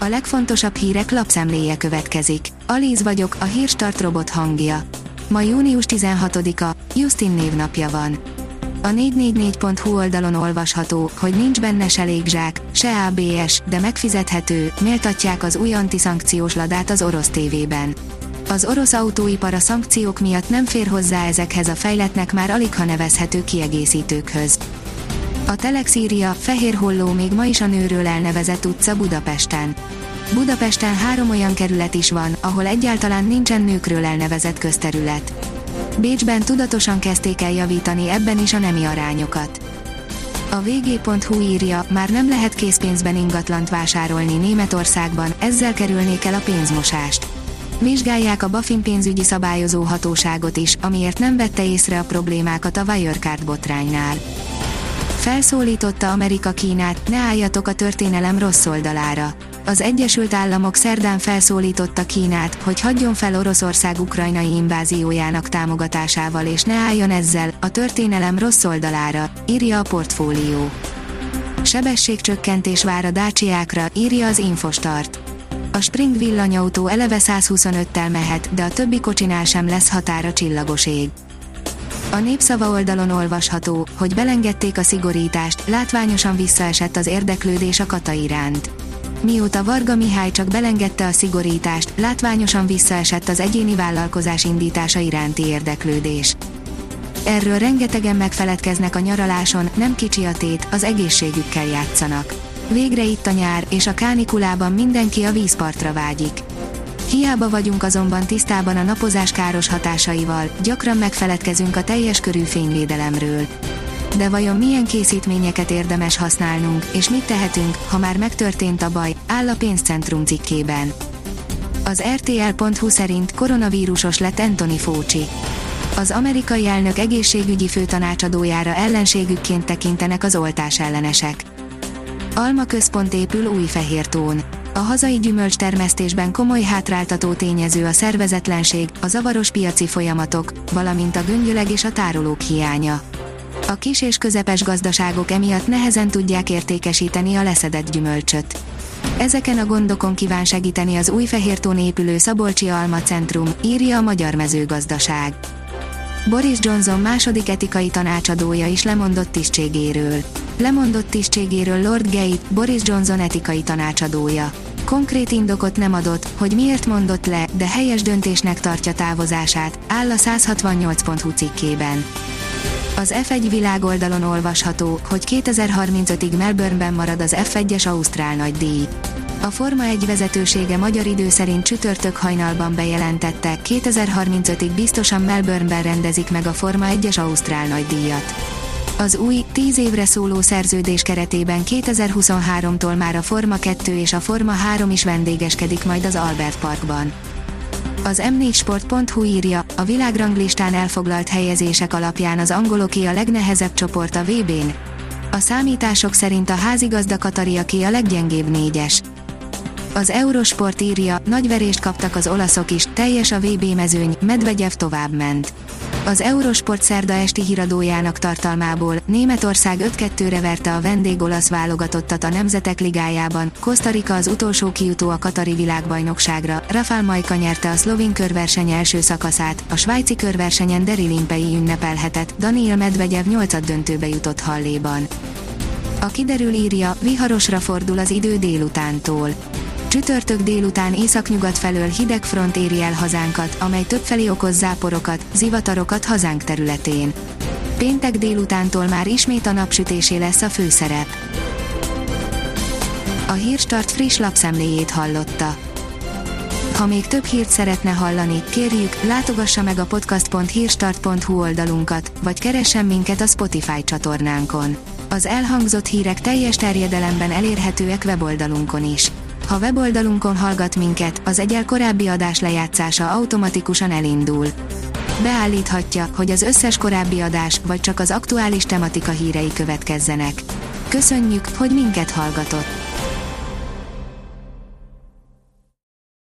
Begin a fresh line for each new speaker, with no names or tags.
A legfontosabb hírek lapszemléje következik. Alíz vagyok, a Hírstart robot hangja. Ma június 16-a, Justin névnapja van. A 444.hu oldalon olvasható, hogy nincs benne se légzsák, se ABS, de megfizethető, méltatják az új antiszankciós ladát az orosz tévében. Az orosz autóipar a szankciók miatt nem fér hozzá ezekhez a fejlettnek már aligha nevezhető kiegészítőkhöz. A Telex írja, Fehér Holló még ma is a nőről elnevezett utca Budapesten. Budapesten 3 olyan kerület is van, ahol egyáltalán nincsen nőkről elnevezett közterület. Bécsben tudatosan kezdték el javítani ebben is a nemi arányokat. A vg.hu írja, már nem lehet készpénzben ingatlant vásárolni Németországban, ezzel kerülnék el a pénzmosást. Vizsgálják a BaFin pénzügyi szabályozó hatóságot is, amiért nem vette észre a problémákat a Wirecard botránynál. Felszólította Amerika Kínát, ne álljatok a történelem rossz oldalára. Az Egyesült Államok szerdán felszólította Kínát, hogy hagyjon fel Oroszország ukrajnai inváziójának támogatásával és ne álljon ezzel a történelem rossz oldalára, írja a Portfólió. Sebességcsökkentés vár a Daciákra, írja az Infostart. A Spring villanyautó eleve 125-tel mehet, de a többi kocsinál sem lesz határa csillagos ég. A Népszava oldalon olvasható, hogy belengedték a szigorítást, látványosan visszaesett az érdeklődés a kata iránt. Mióta Varga Mihály csak belengedte a szigorítást, látványosan visszaesett az egyéni vállalkozás indítása iránti érdeklődés. Erről rengetegen megfeledkeznek a nyaraláson, nem kicsi a tét, az egészségükkel játszanak. Végre itt a nyár, és a kánikulában mindenki a vízpartra vágyik. Hiába vagyunk azonban tisztában a napozás káros hatásaival, gyakran megfeledkezünk a teljes körű fényvédelemről. De vajon milyen készítményeket érdemes használnunk, és mit tehetünk, ha már megtörtént a baj, áll a pénzcentrum cikkében. Az RTL.hu szerint koronavírusos lett Anthony Fauci. Az amerikai elnök egészségügyi főtanácsadójára ellenségükként tekintenek az oltás ellenesek. Alma központ épül Újfehértón. A hazai gyümölcstermesztésben komoly hátráltató tényező a szervezetlenség, a zavaros piaci folyamatok, valamint a göngyöleg és a tárolók hiánya. A kis és közepes gazdaságok emiatt nehezen tudják értékesíteni a leszedett gyümölcsöt. Ezeken a gondokon kíván segíteni az Újfehértón épülő Szabolcsi Alma Centrum, írja a Magyar Mezőgazdaság. Boris Johnson második etikai tanácsadója is lemondott tisztségéről. Lemondott tisztségéről Lord Gay, Boris Johnson etikai tanácsadója. Konkrét indokot nem adott, hogy miért mondott le, de helyes döntésnek tartja távozását, áll a 168.hu cikkében. Az F1 világoldalon olvasható, hogy 2035-ig Melbourneben marad az F1-es Ausztrál nagydíj. A Forma 1 vezetősége magyar idő szerint csütörtök hajnalban bejelentette, 2035-ig biztosan Melbourneben rendezik meg a Forma 1-es Ausztrál nagydíjat. Az új, 10 évre szóló szerződés keretében 2023-tól már a Forma 2 és a Forma 3 is vendégeskedik majd az Albert Parkban. Az m4sport.hu írja, a világranglistán elfoglalt helyezések alapján az angoloké a legnehezebb csoport a VB-n. A számítások szerint a házigazda katariaké a leggyengébb 4-es. Az Eurosport írja, nagy verést kaptak az olaszok is, teljes a VB mezőny, Medvegyev továbbment. Az Eurosport szerda esti híradójának tartalmából Németország 5-2-re verte a vendég olasz válogatottat a Nemzetek Ligájában, Costa Rica az utolsó kijutó a katari világbajnokságra, Rafael Majka nyerte a szlovén körverseny első szakaszát, a svájci körversenyen Daryl Impey ünnepelhetett, Daniil Medvegyev 8-döntőbe jutott Halléban. A kiderül írja, viharosra fordul az idő délutántól. Csütörtök délután északnyugat felől hideg front éri el hazánkat, amely többfelé okoz záporokat, zivatarokat hazánk területén. Péntek délutántól már ismét a napsütésé lesz a főszerep. A Hírstart friss lapszemléjét hallotta. Ha még több hírt szeretne hallani, kérjük, látogassa meg a podcast.hírstart.hu oldalunkat, vagy keressen minket a Spotify csatornánkon. Az elhangzott hírek teljes terjedelemben elérhetőek weboldalunkon is. Ha weboldalunkon hallgat minket, az egyel korábbi adás lejátszása automatikusan elindul. Beállíthatja, hogy az összes korábbi adás, vagy csak az aktuális tematika hírei következzenek. Köszönjük, hogy minket hallgatott!